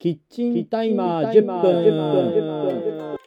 キッチンタイマー10分。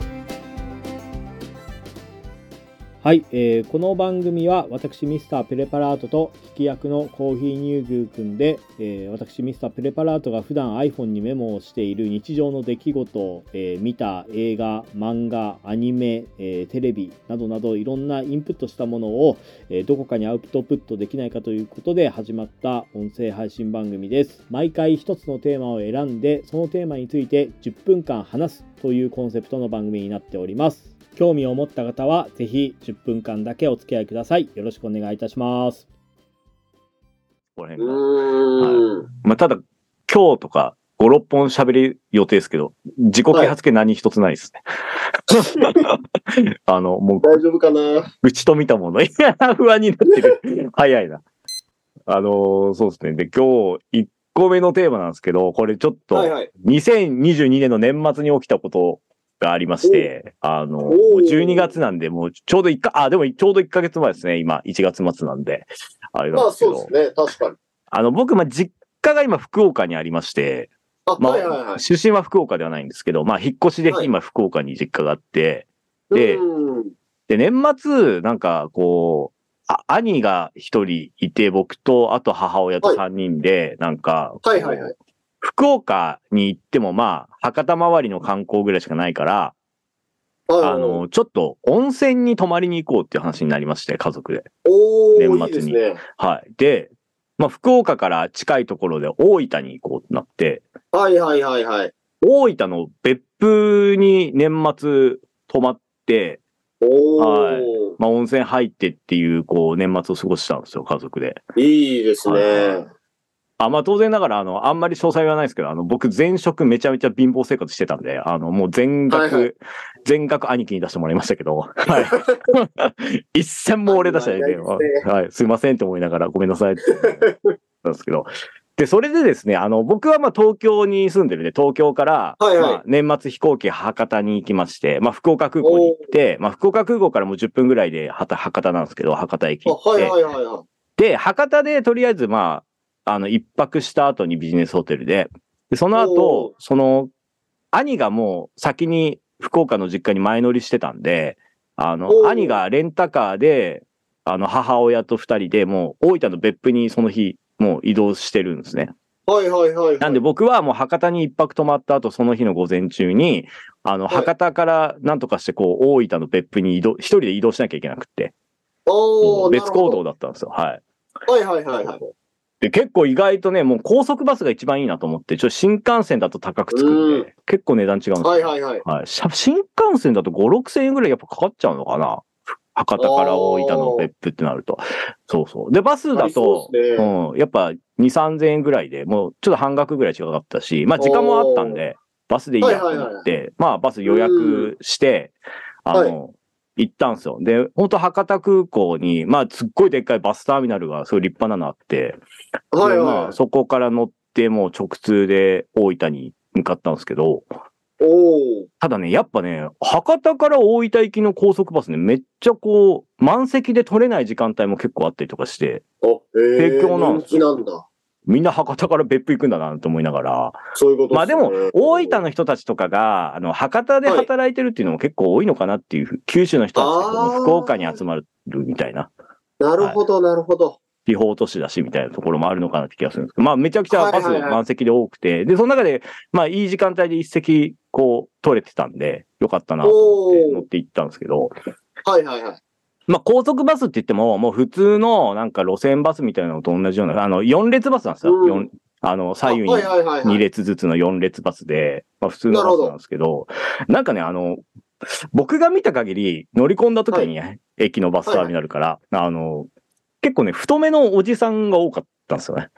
はい、この番組は私ミスタープレパラートと聞き役のコーヒー乳牛くんで、私ミスタープレパラートが普段 iPhone にメモをしている日常の出来事、見た映画、漫画、アニメ、テレビなどなどいろんなインプットしたものを、どこかにアウトプットできないかということで始まった音声配信番組です。毎回一つのテーマを選んでそのテーマについて10分間話すというコンセプトの番組になっております。興味を持った方はぜひ10分間だけお付き合いください。よろしくお願いいたします。 この辺が。はい。ただ、今日とか5、6本喋る予定ですけど、自己啓発系何一つないですね。もう。 大丈夫かな？ 打ちと見たもの。いや、不安になってる。早いな。そうですね。で、今日1個目のテーマなんですけど、これちょっと、2022年の年末に起きたことがありまして、12月なんで、もうちょうどでもちょうど1ヶ月前ですね、今、1月末なんで。あれなんですけど。 まあそうですね、確かに。 僕、実家が今福岡にありまして、出身は福岡ではないんですけど、引っ越しで今福岡に実家があって、で、年末、なんかこう、兄が一人いて、僕と、あと母親と3人で、なんか、福岡に行っても博多周りの観光ぐらいしかないから、ちょっと温泉に泊まりに行こうっていう話になりまして、家族で。年末に。いいですね。はい。で、福岡から近いところで大分に行こうってなって、大分の別府に年末泊まって、温泉入ってっていう、年末を過ごしたんですよ、家族で。 いいですね。 当然ながら、あんまり詳細はないですけど、僕、前職めちゃめちゃ貧乏生活してたんで、もう全額兄貴に出してもらいましたけど、一銭も俺出したらすいませんって思いながら、ごめんなさいって言ったんですけど、で、それでですね、僕は東京に住んでるんで、東京から、年末飛行機博多に行きまして、福岡空港に行って、福岡空港からもう10分ぐらいで博多なんですけど、博多駅行って、で、博多でとりあえず一泊した後にビジネスホテルで、その後、兄がもう先に福岡の実家に前乗りしてたんで、兄がレンタカーで、母親と2人でもう大分の別府にその日、もう移動してるんですね。なんで僕はもう博多に一泊泊まった後、その日の午前中に、博多からなんとかして大分の別府に一人で移動しなきゃいけなくって。別行動だったんですよ。で、結構意外とね、もう高速バスが一番いいなと思って、新幹線だと高くつくんで、結構値段違うんですよ。新幹線だと5、6千円ぐらいやっぱかかっちゃうのかな。博多から大分の別府ってなると。そうそう。で、バスだと、やっぱ2、3千円ぐらいで、もうちょっと半額ぐらい違かったし、時間もあったんで、バスでいいやと思って、バス予約して、行ったんですよ。で、本当博多空港に、すっごいでっかいバスターミナルがすごい立派なのあって、そこから乗ってもう直通で大分に向かったんですけど、ただね、やっぱね、博多から大分行きの高速バスね、めっちゃ満席で取れない時間帯も結構あったりとかして、提供なんですよ。みんな博多から別府行くんだなと思いながら。 そういうことですね。 でも、大分の人たちとかが、博多で働いてるっていうのも結構多いのかなっていう、九州の人たちが福岡に集まるみたいな。 なるほど、なるほど。 地方都市だしみたいなところもあるのかなって気がするんですけど、めちゃくちゃバス満席で多くて、で、その中で、いい時間帯で一席、取れてたんで、よかったなと思って乗って行ったんですけど。高速バスって言っても、もう普通のなんか路線バスみたいなのと同じような、4列バスなんですよ。左右に2列ずつの4列バスで、普通のバスなんですけど、なんかね、僕が見た限り、乗り込んだ時に、駅のバスターミナルから、結構ね、太めのおじさんが多かったんですよね。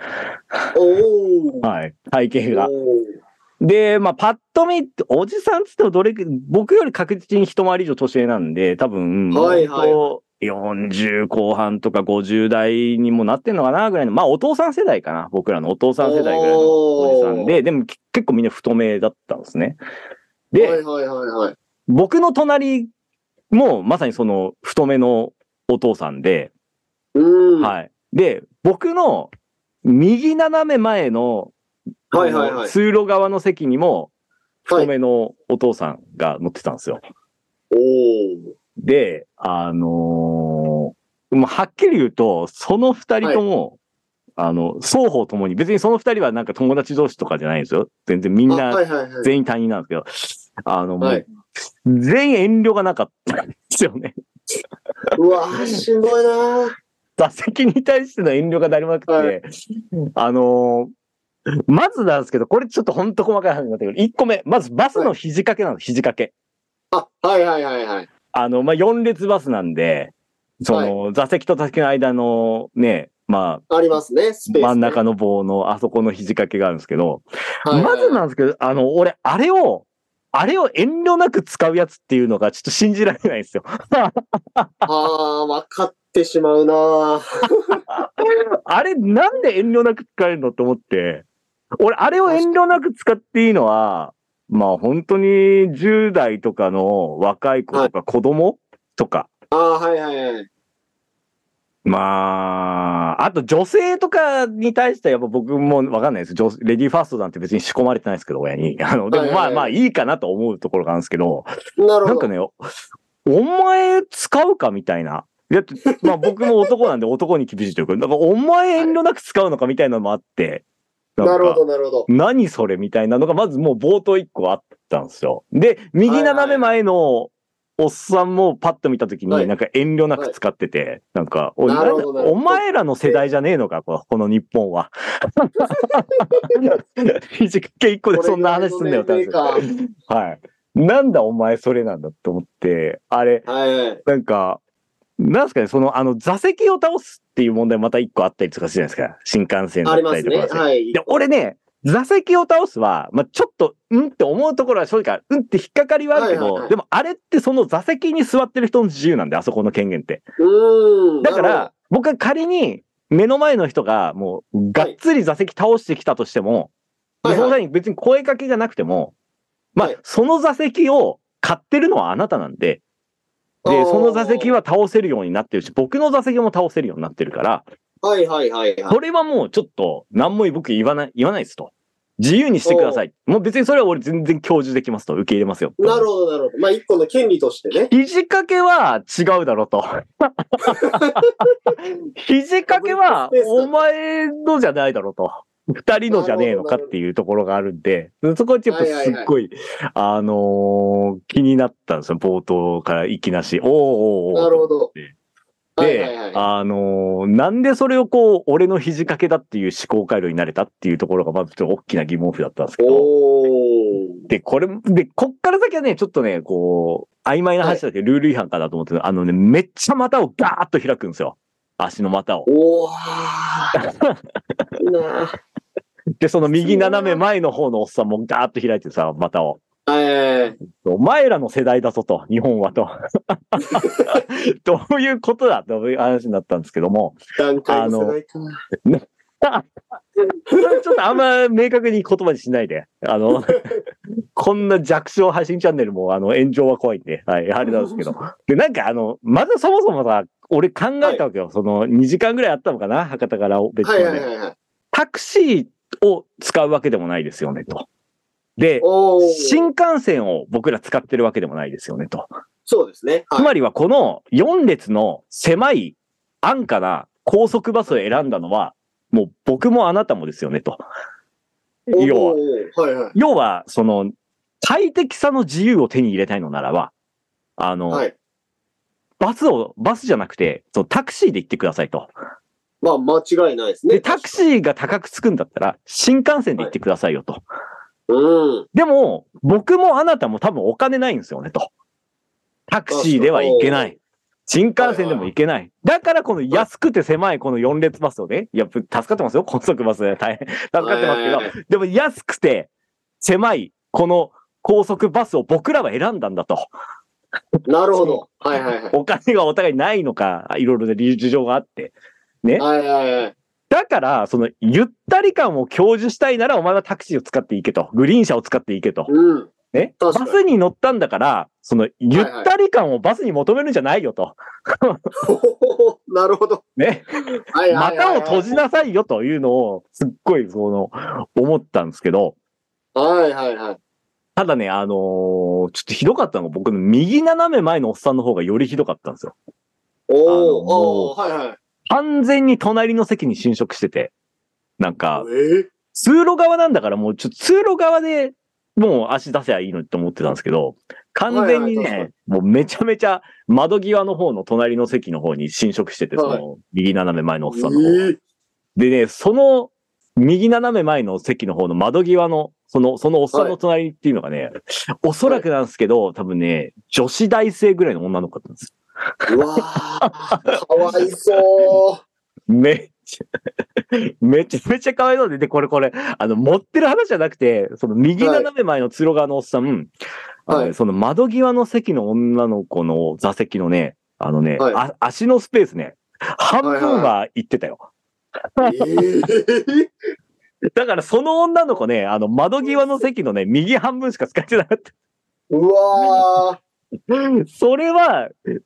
体型が。で、パッと見、おじさんつっても僕より確実に一回り以上年上なんで、多分、40後半とか50代にもなってんのかなぐらいの、お父さん世代かな。僕らのお父さん世代ぐらいのおじさんで、でも結構みんな太めだったんですね。で、僕の隣もまさにその太めのお父さんで、で、僕の右斜め前のはいはいはい。 通路側の席にも、太めのお父さんが乗ってたんですよ。 おー。 で、はっきり言うと、その二人とも、双方ともに、別にその二人はなんか友達同士とかじゃないんですよ。全然みんな、全員他人なんですけど、もう、全員遠慮がなかったんですよね。 うわぁ、しんどいなぁ。 座席に対しての遠慮がなりまくって、まずなんですけど、これちょっとほんと細かい話になってくる。1個目、まずバスの肘掛けなの、肘掛け。 はいはいはいはい。 4列バスなんで、座席と座席の間のね、ありますね、スペース、ね。 真ん中の棒のあそこの肘掛けがあるんですけど、まずなんですけど、俺、あれを遠慮なく使うやつっていうのがちょっと信じられないんですよ。 分かってしまうなあれ、なんで遠慮なく使えるのって思って、俺、あれを遠慮なく使っていいのは、本当に10代とかの若い子とか子供とか。 はいはいはい。 あと女性とかに対してはやっぱ僕もわかんないです。レディーファーストなんて別に仕込まれてないですけど、親に。でもいいかなと思うところがあるんですけど。なんかね、お前使うかみたいな。僕も男なんで男に厳しいというか、なんかお前遠慮なく使うのかみたいなのもあって。 なるほどなるほど。 何それみたいなのがまずもう冒頭1個あったんですよ。で、右斜め前のおっさんもパッと見たときになんか遠慮なく使ってて、なんか、お前らの世代じゃねえのか、この日本は。肘掛け1個でそんな話すんだよって話。はい。なんだお前それなんだと思って、あれ、なんか、なんすかね、座席を倒すっていう問題また一個あったりとかするじゃないですか。新幹線だったりとか。ありますね。はい。で、俺ね、座席を倒すは、ちょっと、って思うところは正直、って引っかかりはあるけど、でもあれってその座席に座ってる人の自由なんで、あそこの権限って。だから、僕は仮に目の前の人がもう、がっつり座席倒してきたとしても、その際に別に声かけがなくても、その座席を買ってるのはあなたなんで、で、その座席は倒せるようになってるし、僕の座席も倒せるようになってるから、それはもうちょっと、何も僕言わないですと。自由にしてください。もう別にそれは俺全然享受できますと。受け入れますよ。 なるほど、なるほど。一個の権利としてね。 肘掛けは違うだろうと。肘掛けはお前のじゃないだろうと。二人のじゃねえのかっていうところがあるんで、そこはちょっとすっごい、気になったんですよ。冒頭からいきなし。 なるほど。 で、なんでそれを俺の肘掛けだっていう思考回路になれたっていうところがまずちょっと大きな疑問符だったんですけど。で、こっから先はね、ちょっとね、曖昧な話だけど、ルール違反かなと思って、めっちゃ股をガーッと開くんですよ。足の股を。で、その右斜め前の方のおっさんもガーッと開いてさ、股を。お前らの世代だぞと、日本はと。どういうことだという話になったんですけども。 段階の世代かな。 ちょっとあんま明確に言葉にしないで。こんな弱小配信チャンネルも炎上は怖いんで、はい、あれなんですけど。で、なんかまずそもそもさ、俺考えたわけよ。その2時間ぐらいあったのかな、博多から別にね。タクシーを使うわけでもないですよね、と。で、新幹線を僕ら使ってるわけでもないですよね、と。 そうですね。 つまりはこの4列の狭い安価な高速バスを選んだのは、もう僕もあなたもですよね、と。要は、その、快適さの自由を手に入れたいのならば、バスじゃなくて、タクシーで行ってくださいと。 間違いないですね。 で、タクシーが高くつくんだったら、新幹線で行ってくださいよと。でも、僕もあなたも多分お金ないんですよね、と。タクシーでは行けない。新幹線でも行けない。だからこの安くて狭いこの4列バスをね、いや、助かってますよ、高速バスで大変。助かってますけど、でも安くて狭いこの高速バスを僕らは選んだんだと。 なるほど。 お金がお互いないのか、いろいろな事情があって。ね。だから、その、ゆったり感を享受したいなら、お前はタクシーを使っていけと。グリーン車を使っていけと。ね。バスに乗ったんだから、その、ゆったり感をバスに求めるんじゃないよと。 なるほど。 ね。 はいはいはいはい。 股を閉じなさいよというのを、すっごい、思ったんですけど、 はいはいはい。 ただね、ちょっとひどかったのが、僕の右斜め前のおっさんの方がよりひどかったんですよ。 おー、はいはい。 完全に隣の席に侵食してて、なんか、 え通路側なんだからもうちょっと通路側でもう足出せばいいのって思ってたんですけど、完全にはいはい確かね、もうめちゃめちゃ窓際の方の隣の席の方に侵食してて、 はいその右斜め前のおっさんの方が。 ー、 でね、その右斜め前の席の方の窓際の、そのおっさんの隣っていうのがね、おそらくなんですけど、多分ね、女子大生ぐらいの女の子だったんです。 うわー、かわいそう。 めちゃめちゃ可愛いので、で、これ、持ってる話じゃなくて、その右斜め前の通路側のおっさん、 はいその窓際の席の女の子の座席のね、 はい足のスペースね、半分は行ってたよ。だからその女の子ね、窓際の席のね、右半分しか使ってなかった。 うわそれは、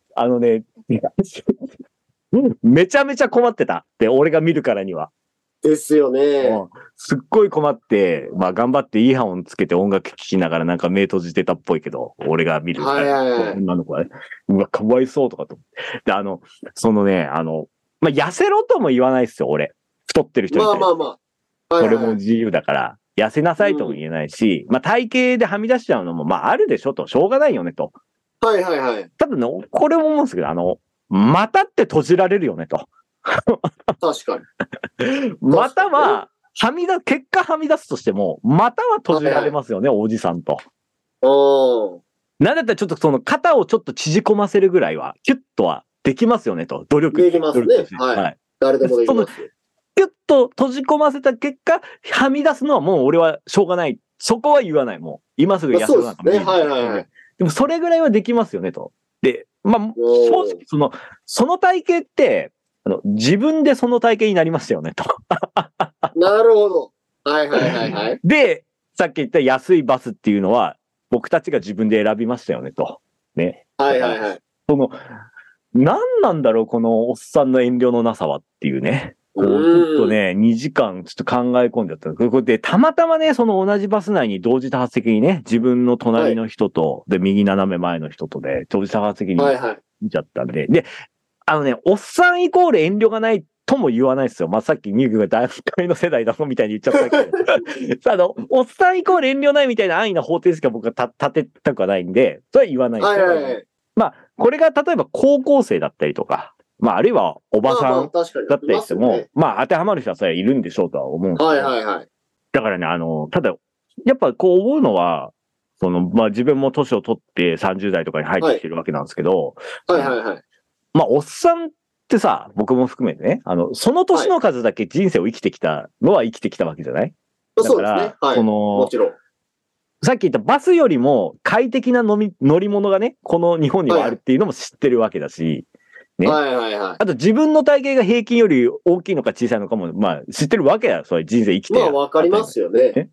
めちゃめちゃ困ってたって、俺が見るからには。 ー、ですよね。 すっごい困って、まあ頑張ってイヤホンつけて音楽聴きながらなんか目閉じてたっぽいけど、俺が見るはいはいはい女の子はね、うわ、かわいそうとかと。で、まあ痩せろとも言わないですよ、俺。太ってる人に対して。 まあまあまあ。はいこれはいはい。 も自由だから、痩せなさいとも言えないし、まあ体型ではみ出しちゃうのも、まああるでしょと、しょうがないよねと。 はいはいはい。 ただね、これも思うんですけど、股って閉じられるよねと。 確かに。 股は、結果はみ出すとしても、股は閉じられますよね、おじさんと。 おー。 なんだったらちょっとその肩をちょっと縮こませるぐらいは、キュッとはできますよねと。努力。 できますね努力してはい誰でもできますよ。 キュッと閉じ込ませた結果、はみ出すのはもう俺はしょうがない。そこは言わない。もう、今すぐ痩せろなんかそうですねはいはいはいでもそれぐらいはできますよねと。で、まあ、 おー正直その体型って、自分でその体型になりましたよねと。 なるほど。はいはいはいはい。 で、さっき言った安いバスっていうのは、僕たちが自分で選びましたよねと。ね。 はいはいはい。 何なんだろう、このおっさんの遠慮のなさはっていうね。ちょっとね、2時間ちょっと考え込んじゃった。これで、たまたまね、その同じバス内に同時多発的にね、自分の隣の人と、で、右斜め前の人とで、同時多発的にはいはい。 見ちゃったんで、で、おっさんイコール遠慮がないとも言わないですよ。まあ、さっきニュークが段階の世代だろみたいに言っちゃったけど、おっさんイコール遠慮ないみたいな安易な方程式は僕は立てたくはないんで、それは言わないですよ。 はいはいはい。 まあ、これが例えば高校生だったりとか、まあ、あるいはおばさん確かにだったりしても、 いますよねまあ、当てはまる人はそれはいるんでしょうとは思うんですけど、 はいはいはい。 だからね、ただ、やっぱこう思うのは、まあ自分も年を取って30代とかに入ってきてるわけなんですけど、 はいはいはい。 まあ、おっさんってさ、僕も含めてね、その年の数だけ人生を生きてきたのは生きてきたわけじゃないそうですね。はい。もちろん。 さっき言ったバスよりも快適な乗り物がね、この日本にはあるっていうのも知ってるわけだし、ね。 はいはいはい。 あと自分の体型が平均より大きいのか小さいのかも、まあ知ってるわけや。それ人生生きてる。 まあわかりますよね。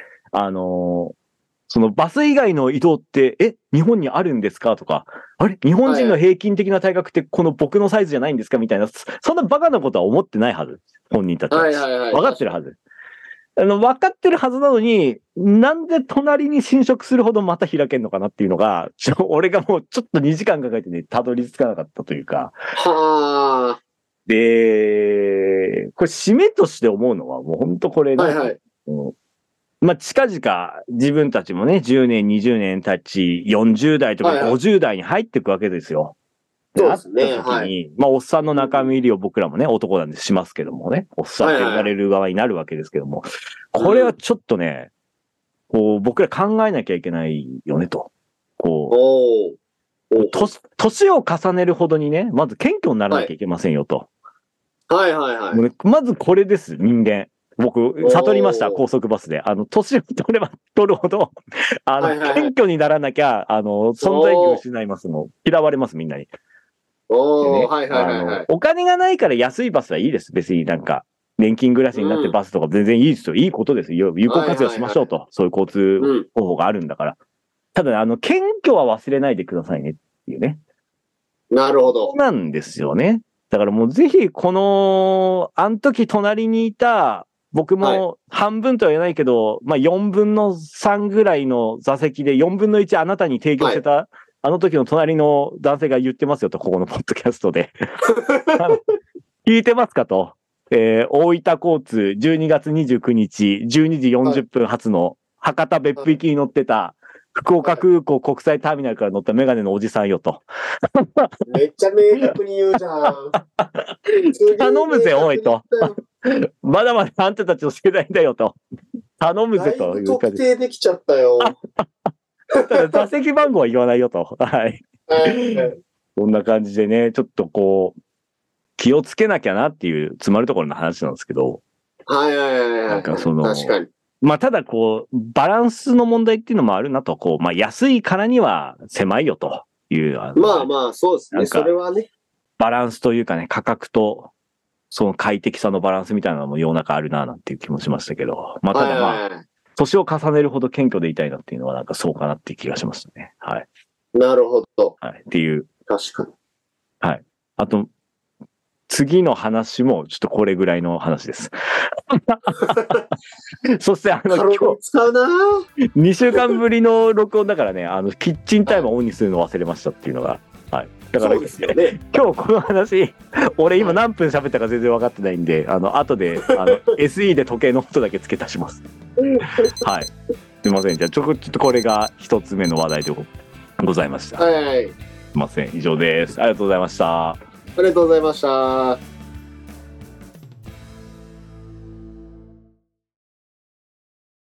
そのバス以外の移動って、日本にあるんですかとか、あれ日本人の平均的な体格ってこの僕のサイズじゃないんですかみたいな、そんなバカなことは思ってないはず。本人たちは。 はいはいはい。 分かってるはず。分かってるはずなのに、なんで隣に侵食するほどまた開けんのかなっていうのが、俺がもうちょっと2時間かけてね、たどり着かなかったというか。 はあ。 で、これ締めとして思うのは、もう本当これ、 はいはい。 まあ、近々自分たちもね、10年、20年経ち、40代とか50代に入っていくわけですよ。 そうですね。 なった時に、まあ、おっさんの中身入りを僕らもね、男なんでしますけどもね、おっさんって呼ばれる側になるわけですけども、これはちょっとね、こう、僕ら考えなきゃいけないよねと。こう、年を重ねるほどにね、まず謙虚にならなきゃいけませんよと。 はいはいはい。 まずこれです、人間。僕、悟りました、高速バスで。年を取れば取るほど、謙虚にならなきゃ、存在意義を失いますの。嫌われます、みんなに。 はいはいはい。 お金がないから安いバスはいいです。別になんか、年金暮らしになってバスとか全然いいですよ。いいことですよ。有効活用しましょうと。そういう交通方法があるんだから。ただ、謙虚は忘れないでくださいねっていうね。 なるほど。 なんですよね。 だからもうぜひこの、あの時隣にいた、僕も半分とは言えないけど、まあ4分の3ぐらいの座席で4分の1あなたに提供してた、あの時の隣の男性が言ってますよと、ここのポッドキャストで。聞いてますかと。大分交通12月29日12時40分発の博多別府行きに乗ってた福岡空港国際ターミナルから乗ったメガネのおじさんよと。 めっちゃ明確に言うじゃん。 頼むぜ、おいと。まだまだあんたたちの世代だよと。頼むぜという特定できちゃったよ。 ただ座席番号は言わないよと。はい。そんな感じでね、ちょっとこう、気をつけなきゃなっていう詰まるところの話なんですけど。 はいはいはいはい。 なんかその、 確かに。 まあただこう、バランスの問題っていうのもあるなと、こう、まあ安いからには狭いよという。 まあまあ、そうですね。それはね。 バランスというかね、価格と、その快適さのバランスみたいなのも世の中あるななんていう気もしましたけど。まあただまあ、年を重ねるほど謙虚でいたいなっていうのはなんかそうかなっていう気がしましたね。はい。 なるほど。 はい。っていう。 確かに。 はい。あと、次の話もちょっとこれぐらいの話です。そして今日使うな 2週間ぶりの録音だからね、キッチンタイマーをオンにするの忘れましたっていうのが、はい。だから、ね、今日この話、俺今何分喋ったか全然分かってないんで、後でSE で時計の音だけ付け足します。はい。すいません。じゃあちょっとこれが一つ目の話題でございました。 はい。 すいません。以上です。ありがとうございました。 ありがとうございました。